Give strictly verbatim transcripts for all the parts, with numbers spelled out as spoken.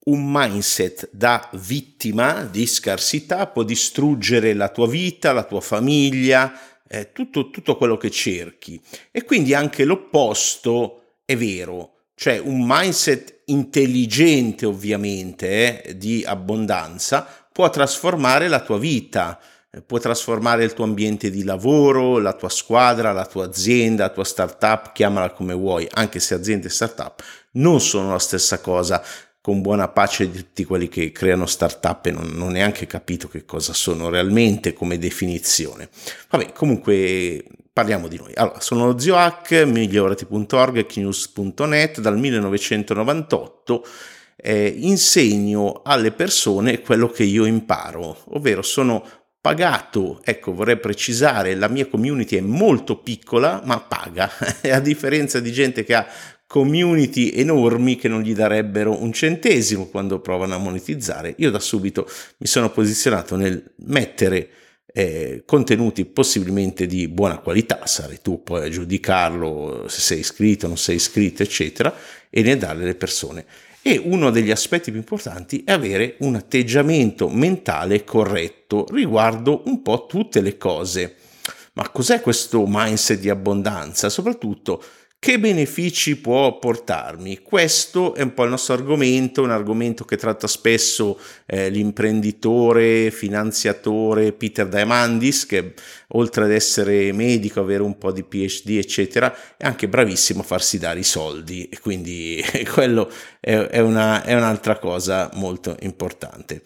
un mindset da vittima di scarsità può distruggere la tua vita, la tua famiglia, eh, tutto, tutto quello che cerchi. E quindi anche l'opposto è vero, cioè un mindset intelligente ovviamente eh, di abbondanza può trasformare la tua vita, eh, può trasformare il tuo ambiente di lavoro, la tua squadra, la tua azienda, la tua startup, chiamala come vuoi, anche se aziende e startup non sono la stessa cosa. Con buona pace di tutti quelli che creano startup e non, non ho neanche capito che cosa sono realmente come definizione. Vabbè, comunque parliamo di noi. Allora, sono lo Zio Hack, migliorati punto org, knews punto net, dal millenovecentonovantotto eh, insegno alle persone quello che io imparo, ovvero sono pagato, ecco, vorrei precisare, la mia community è molto piccola ma paga, a differenza di gente che ha community enormi che non gli darebbero un centesimo quando provano a monetizzare. Io da subito mi sono posizionato nel mettere eh, contenuti possibilmente di buona qualità, sarai tu poi a giudicarlo se sei iscritto, non sei iscritto, eccetera, e ne dare alle persone. E uno degli aspetti più importanti è avere un atteggiamento mentale corretto riguardo un po' tutte le cose. Ma cos'è questo mindset di abbondanza? Soprattutto, che benefici può portarmi? Questo è un po' il nostro argomento, un argomento che tratta spesso eh, l'imprenditore, finanziatore Peter Diamandis, che oltre ad essere medico, avere un po' di P H D, eccetera, è anche bravissimo a farsi dare i soldi, e quindi quello è, è, una, è un'altra cosa molto importante.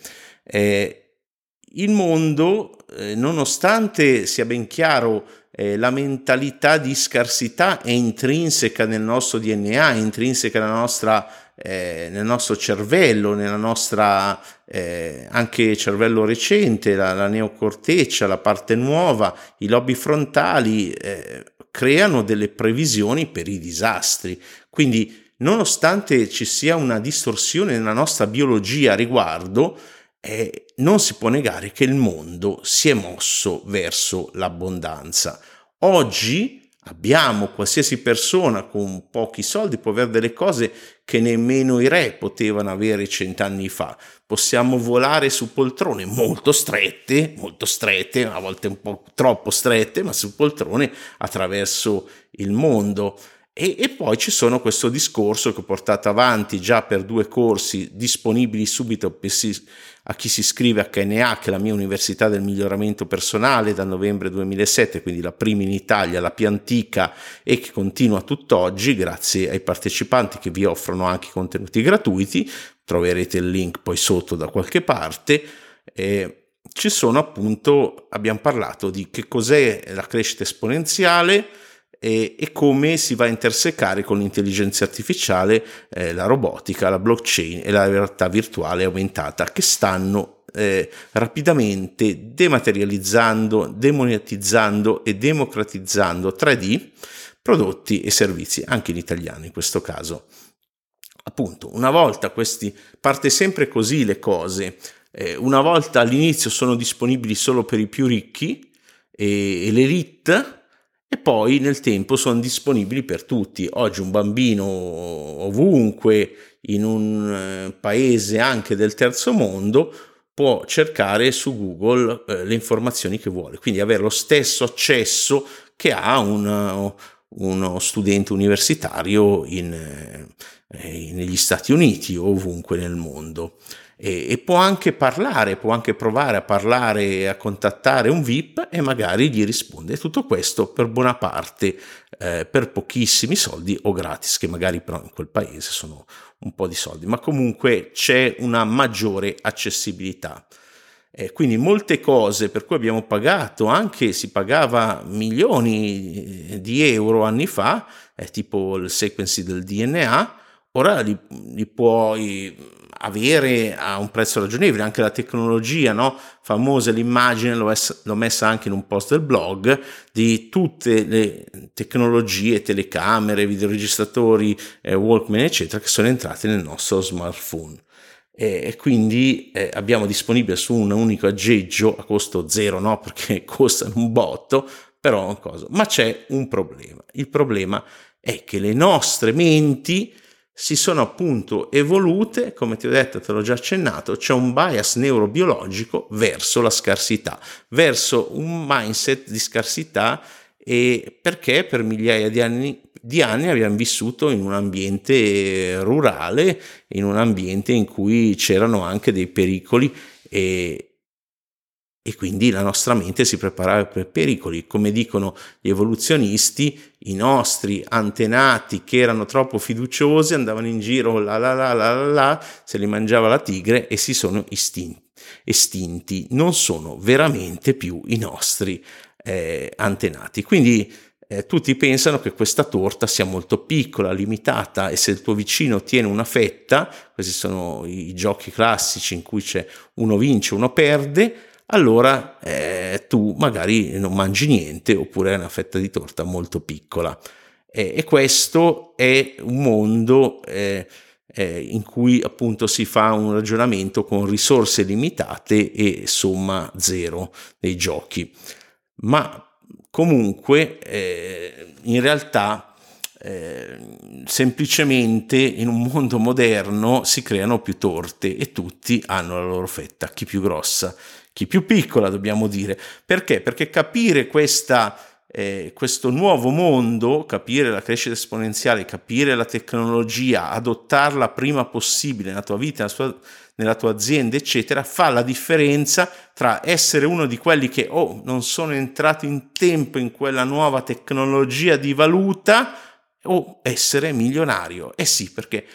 Eh, il mondo, eh, nonostante sia ben chiaro, Eh, la mentalità di scarsità è intrinseca nel nostro D N A, è intrinseca nella nostra, eh, nel nostro cervello, nella nostra eh, anche cervello recente, la, la neocorteccia, la parte nuova, i lobi frontali eh, creano delle previsioni per i disastri. Quindi, nonostante ci sia una distorsione nella nostra biologia a riguardo, Eh, non si può negare che il mondo si è mosso verso l'abbondanza. Oggi abbiamo, qualsiasi persona con pochi soldi può avere delle cose che nemmeno i re potevano avere cent'anni fa. Possiamo volare su poltrone molto strette, molto strette, a volte un po' troppo strette, ma su poltrone attraverso il mondo. E, e poi ci sono questo discorso che ho portato avanti già per due corsi disponibili subito per si, a chi si iscrive a K N A, che è la mia università del miglioramento personale, dal novembre duemilasette, quindi la prima in Italia, la più antica e che continua tutt'oggi, grazie ai partecipanti che vi offrono anche contenuti gratuiti. Troverete il link poi sotto da qualche parte. Eh, ci sono appunto, abbiamo parlato di che cos'è la crescita esponenziale e, e come si va a intersecare con l'intelligenza artificiale, eh, la robotica, la blockchain e la realtà virtuale aumentata, che stanno eh, rapidamente dematerializzando, demonetizzando e democratizzando tre D prodotti e servizi, anche in italiano in questo caso. Appunto, una volta questi, parte sempre così le cose, eh, una volta all'inizio sono disponibili solo per i più ricchi e, e l'elite, e poi nel tempo sono disponibili per tutti. Oggi un bambino ovunque, in un eh, paese anche del terzo mondo, può cercare su Google eh, le informazioni che vuole, quindi avere lo stesso accesso che ha un, uno studente universitario in, eh, negli Stati Uniti o ovunque nel mondo. E, e può anche parlare, può anche provare a parlare, a contattare un V I P e magari gli risponde. Tutto questo per buona parte eh, per pochissimi soldi o gratis, che magari però in quel paese sono un po' di soldi, ma comunque c'è una maggiore accessibilità. Eh, quindi molte cose per cui abbiamo pagato, anche si pagava milioni di euro anni fa, eh, tipo il sequencing del D N A, ora li, li puoi avere a un prezzo ragionevole. Anche la tecnologia, no? Famosa l'immagine, l'ho, es- l'ho messa anche in un post del blog, di tutte le tecnologie, telecamere, videoregistratori, eh, Walkman, eccetera, che sono entrate nel nostro smartphone. E quindi eh, abbiamo disponibile su un unico aggeggio a costo zero, no? Perché costano un botto, però cosa. Ma c'è un problema. Il problema è che le nostre menti si sono appunto evolute, come ti ho detto, te l'ho già accennato, c'è un bias neurobiologico verso la scarsità, verso un mindset di scarsità, e perché per migliaia di anni, di anni abbiamo vissuto in un ambiente rurale, in un ambiente in cui c'erano anche dei pericoli, e E quindi la nostra mente si preparava per pericoli. Come dicono gli evoluzionisti, i nostri antenati che erano troppo fiduciosi andavano in giro la la la la la, la se li mangiava la tigre e si sono estinti. estinti. Non sono veramente più i nostri eh, antenati. Quindi eh, tutti pensano che questa torta sia molto piccola, limitata, e se il tuo vicino tiene una fetta, questi sono i giochi classici in cui c'è uno vince, uno perde, allora eh, tu magari non mangi niente, oppure hai una fetta di torta molto piccola. E, e questo è un mondo eh, eh, in cui appunto si fa un ragionamento con risorse limitate e somma zero dei giochi. Ma comunque eh, in realtà eh, semplicemente in un mondo moderno si creano più torte e tutti hanno la loro fetta, chi più grossa, chi più piccola, dobbiamo dire. Perché? Perché capire questa, eh, questo nuovo mondo, capire la crescita esponenziale, capire la tecnologia, adottarla prima possibile nella tua vita, nella tua, nella tua azienda, eccetera, fa la differenza tra essere uno di quelli che oh, non sono entrato in tempo in quella nuova tecnologia di valuta, o essere milionario. Eh sì, perché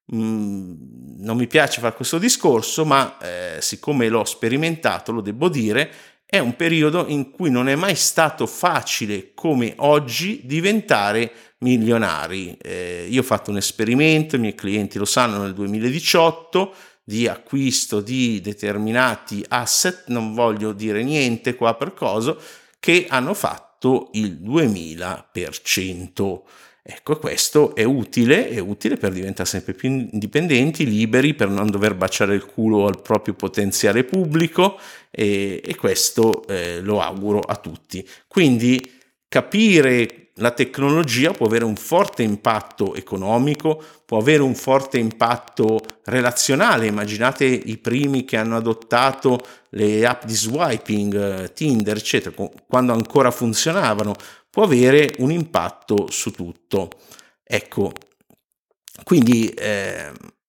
Mm, non mi piace fare questo discorso, ma eh, siccome l'ho sperimentato, lo devo dire, è un periodo in cui non è mai stato facile come oggi diventare milionari. Eh, io ho fatto un esperimento, i miei clienti lo sanno, nel duemiladiciotto, di acquisto di determinati asset, non voglio dire niente qua per coso, che hanno fatto il duemila per cento. Ecco, questo è utile, è utile per diventare sempre più indipendenti, liberi, per non dover baciare il culo al proprio potenziale pubblico, e, e questo eh, lo auguro a tutti. Quindi capire la tecnologia può avere un forte impatto economico, può avere un forte impatto relazionale. Immaginate i primi che hanno adottato le app di swiping, Tinder, eccetera, quando ancora funzionavano. Può avere un impatto su tutto. Ecco, quindi eh,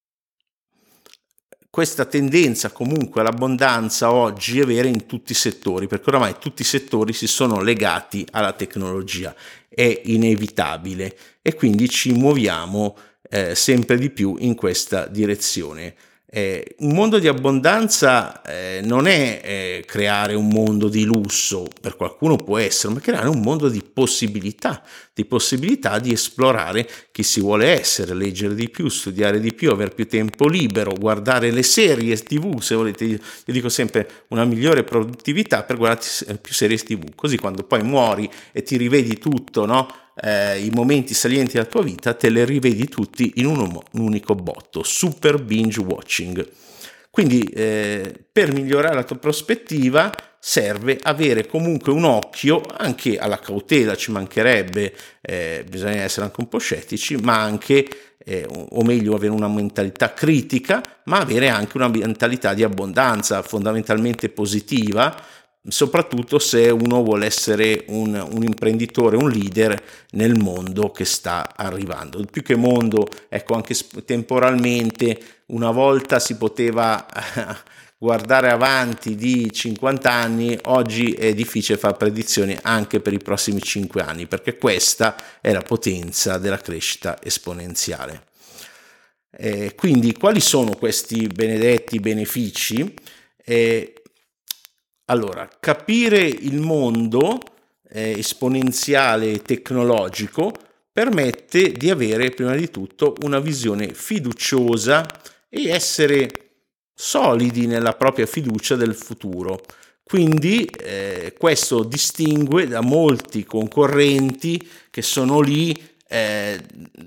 questa tendenza comunque all'abbondanza oggi è vera in tutti i settori, perché oramai tutti i settori si sono legati alla tecnologia, è inevitabile, e quindi ci muoviamo eh, sempre di più in questa direzione. Eh, un mondo di abbondanza eh, non è eh, creare un mondo di lusso, per qualcuno può essere, ma creare un mondo di possibilità, di possibilità di esplorare chi si vuole essere, leggere di più, studiare di più, avere più tempo libero, guardare le serie tivù, se volete. Io dico sempre una migliore produttività per guardare più serie tivù, così quando poi muori e ti rivedi tutto, no? Eh, i momenti salienti della tua vita te li rivedi tutti in un, un unico botto, super binge watching. Quindi eh, per migliorare la tua prospettiva serve avere comunque un occhio anche alla cautela, ci mancherebbe, eh, bisogna essere anche un po' scettici, ma anche eh, o meglio avere una mentalità critica, ma avere anche una mentalità di abbondanza fondamentalmente positiva, soprattutto se uno vuole essere un, un imprenditore, un leader nel mondo che sta arrivando. Più che mondo, ecco, anche temporalmente, una volta si poteva guardare avanti di cinquanta anni, oggi è difficile fare predizioni anche per i prossimi cinque anni, perché questa è la potenza della crescita esponenziale. Eh, quindi quali sono questi benedetti benefici? Eh, Allora, capire il mondo eh, esponenziale e tecnologico permette di avere prima di tutto una visione fiduciosa e essere solidi nella propria fiducia del futuro. Quindi eh, questo distingue da molti concorrenti che sono lì eh,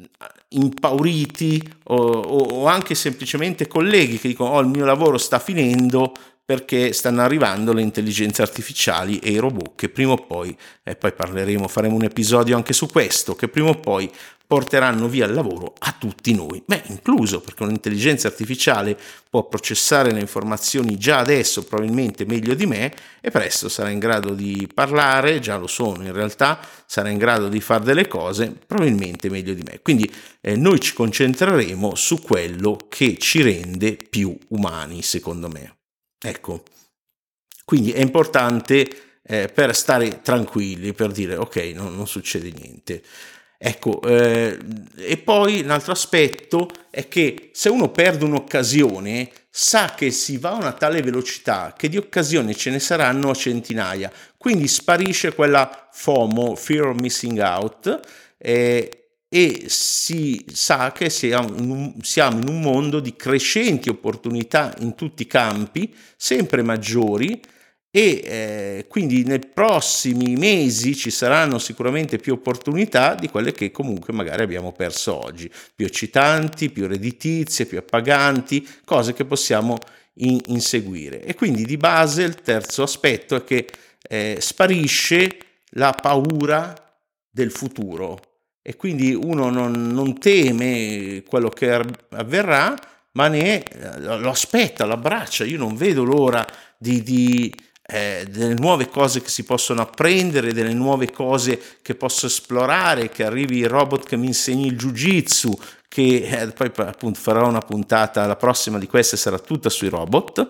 impauriti o, o anche semplicemente colleghi che dicono: oh, il mio lavoro sta finendo, perché stanno arrivando le intelligenze artificiali e i robot che prima o poi, e eh, poi parleremo, faremo un episodio anche su questo, che prima o poi porteranno via il lavoro a tutti noi, me incluso, perché un'intelligenza artificiale può processare le informazioni già adesso probabilmente meglio di me e presto sarà in grado di parlare, già lo sono in realtà, sarà in grado di fare delle cose probabilmente meglio di me. Quindi eh, noi ci concentreremo su quello che ci rende più umani, secondo me. Ecco, quindi è importante eh, per stare tranquilli, per dire ok, no, non succede niente. Ecco, eh, e poi un altro aspetto è che se uno perde un'occasione sa che si va a una tale velocità che di occasioni ce ne saranno a centinaia, quindi sparisce quella FOMO, Fear of Missing Out, eh, e si sa che siamo in, un, siamo in un mondo di crescenti opportunità in tutti i campi, sempre maggiori, e eh, quindi nei prossimi mesi ci saranno sicuramente più opportunità di quelle che comunque magari abbiamo perso oggi, più eccitanti, più redditizie, più appaganti, cose che possiamo in- inseguire. E quindi di base il terzo aspetto è che eh, sparisce la paura del futuro e quindi uno non, non teme quello che avverrà, ma ne lo aspetta, lo abbraccia. Io non vedo l'ora di, di Eh, delle nuove cose che si possono apprendere, delle nuove cose che posso esplorare, che arrivi il robot che mi insegni il jiu-jitsu, che eh, poi appunto farò una puntata, la prossima di queste sarà tutta sui robot,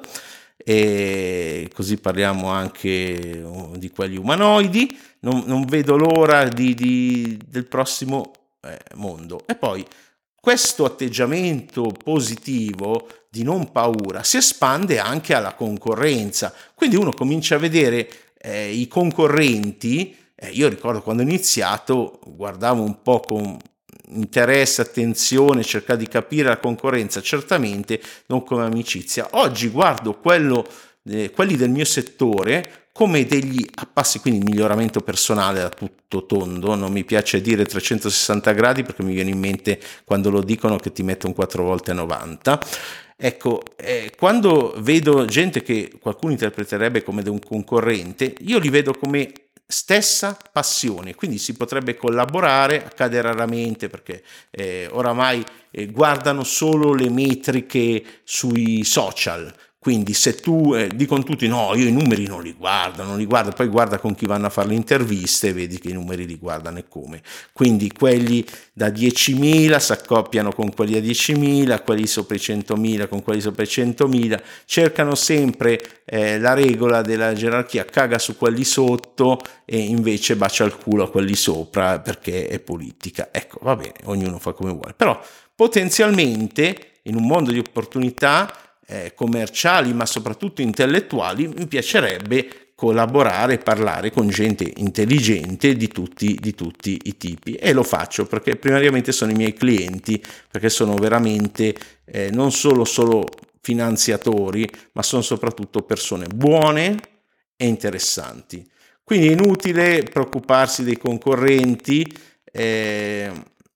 e così parliamo anche di quelli umanoidi. Non, non vedo l'ora di, di, del prossimo eh, mondo. E poi questo atteggiamento positivo di non paura si espande anche alla concorrenza, quindi uno comincia a vedere eh, i concorrenti. Eh, io ricordo quando ho iniziato guardavo un po' con interesse, attenzione, cercare di capire la concorrenza, certamente non come amicizia. Oggi guardo quello, eh, quelli del mio settore come degli appassi, quindi miglioramento personale a tutto tondo. Non mi piace dire trecentosessanta gradi perché mi viene in mente quando lo dicono che ti mettono quattro volte novanta. Ecco, eh, quando vedo gente che qualcuno interpreterebbe come un concorrente, io li vedo come stessa passione, quindi si potrebbe collaborare, accade raramente perché eh, oramai eh, guardano solo le metriche sui social. Quindi se tu eh, dicono tutti no, io i numeri non li guardo, non li guardo, poi guarda con chi vanno a fare le interviste e vedi che i numeri li guardano e come. Quindi quelli da diecimila si accoppiano con quelli da diecimila, quelli sopra i centomila con quelli sopra i centomila, cercano sempre eh, la regola della gerarchia, caga su quelli sotto e invece bacia il culo a quelli sopra perché è politica. Ecco, va bene, ognuno fa come vuole, però potenzialmente in un mondo di opportunità Eh, commerciali ma soprattutto intellettuali mi piacerebbe collaborare e parlare con gente intelligente di tutti, di tutti i tipi, e lo faccio perché primariamente sono i miei clienti, perché sono veramente eh, non solo, solo finanziatori, ma sono soprattutto persone buone e interessanti. Quindi è inutile preoccuparsi dei concorrenti, eh,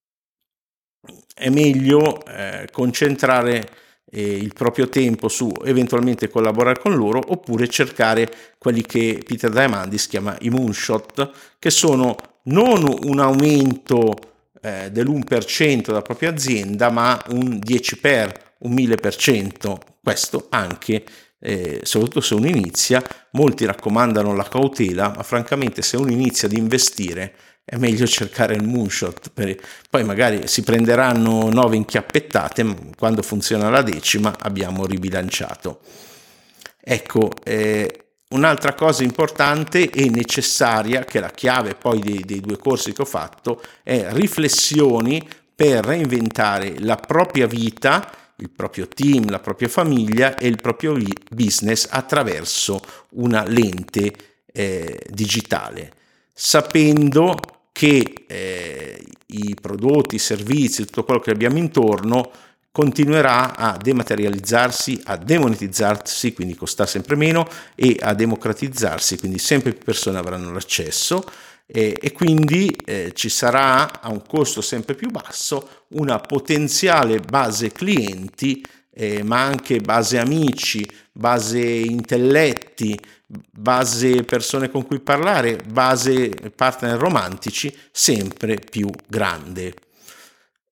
è meglio eh, concentrare il proprio tempo su eventualmente collaborare con loro, oppure cercare quelli che Peter Diamandis chiama i moonshot, che sono non un aumento eh, dell'uno per cento della propria azienda, ma un dieci per, un mille per cento. Questo anche, eh, soprattutto se uno inizia. Molti raccomandano la cautela, ma francamente se uno inizia ad investire è meglio cercare il moonshot. Per... poi magari si prenderanno nove inchiappettate, ma quando funziona la decima abbiamo ribilanciato. Ecco, eh, un'altra cosa importante e necessaria, che è la chiave poi dei, dei due corsi che ho fatto, è riflessioni per reinventare la propria vita, il proprio team, la propria famiglia e il proprio business attraverso una lente eh, digitale, sapendo che eh, i prodotti, i servizi, tutto quello che abbiamo intorno continuerà a dematerializzarsi, a demonetizzarsi, quindi costa sempre meno, e a democratizzarsi, quindi sempre più persone avranno l'accesso, eh, e quindi eh, ci sarà a un costo sempre più basso una potenziale base clienti, eh, ma anche base amici, base intelletti, base persone con cui parlare, base partner romantici sempre più grande.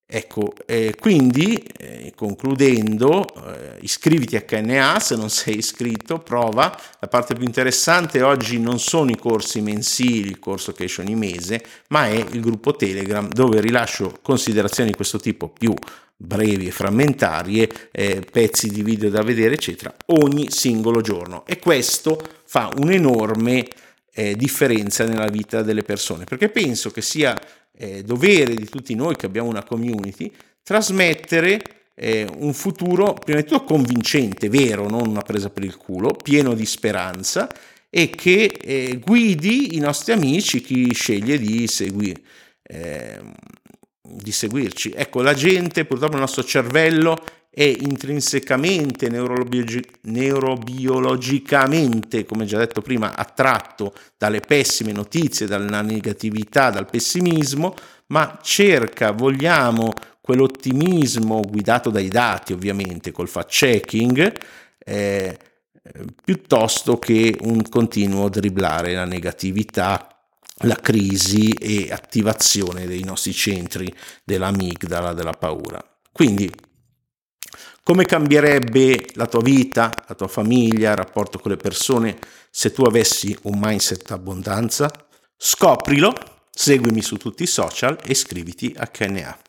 Ecco, eh, quindi eh, concludendo, eh, iscriviti a K N A se non sei iscritto, prova. La parte più interessante oggi non sono i corsi mensili, il corso che esce ogni mese, ma è il gruppo Telegram, dove rilascio considerazioni di questo tipo più brevi e frammentarie, eh, pezzi di video da vedere eccetera, ogni singolo giorno, e questo fa un'enorme eh, differenza nella vita delle persone, perché penso che sia eh, dovere di tutti noi che abbiamo una community trasmettere eh, un futuro prima di tutto convincente, vero, non una presa per il culo, pieno di speranza, e che eh, guidi i nostri amici, chi sceglie di seguire eh, di seguirci. Ecco, la gente, purtroppo il nostro cervello è intrinsecamente neurobiologi- neurobiologicamente, come già detto prima, attratto dalle pessime notizie, dalla negatività, dal pessimismo, ma cerca, vogliamo, quell'ottimismo guidato dai dati, ovviamente, col fact-checking, eh, piuttosto che un continuo dribblare la negatività, la crisi e attivazione dei nostri centri dell'amigdala, della paura. Quindi, come cambierebbe la tua vita, la tua famiglia, il rapporto con le persone se tu avessi un mindset abbondanza? Scoprilo, seguimi su tutti i social e iscriviti a K N A.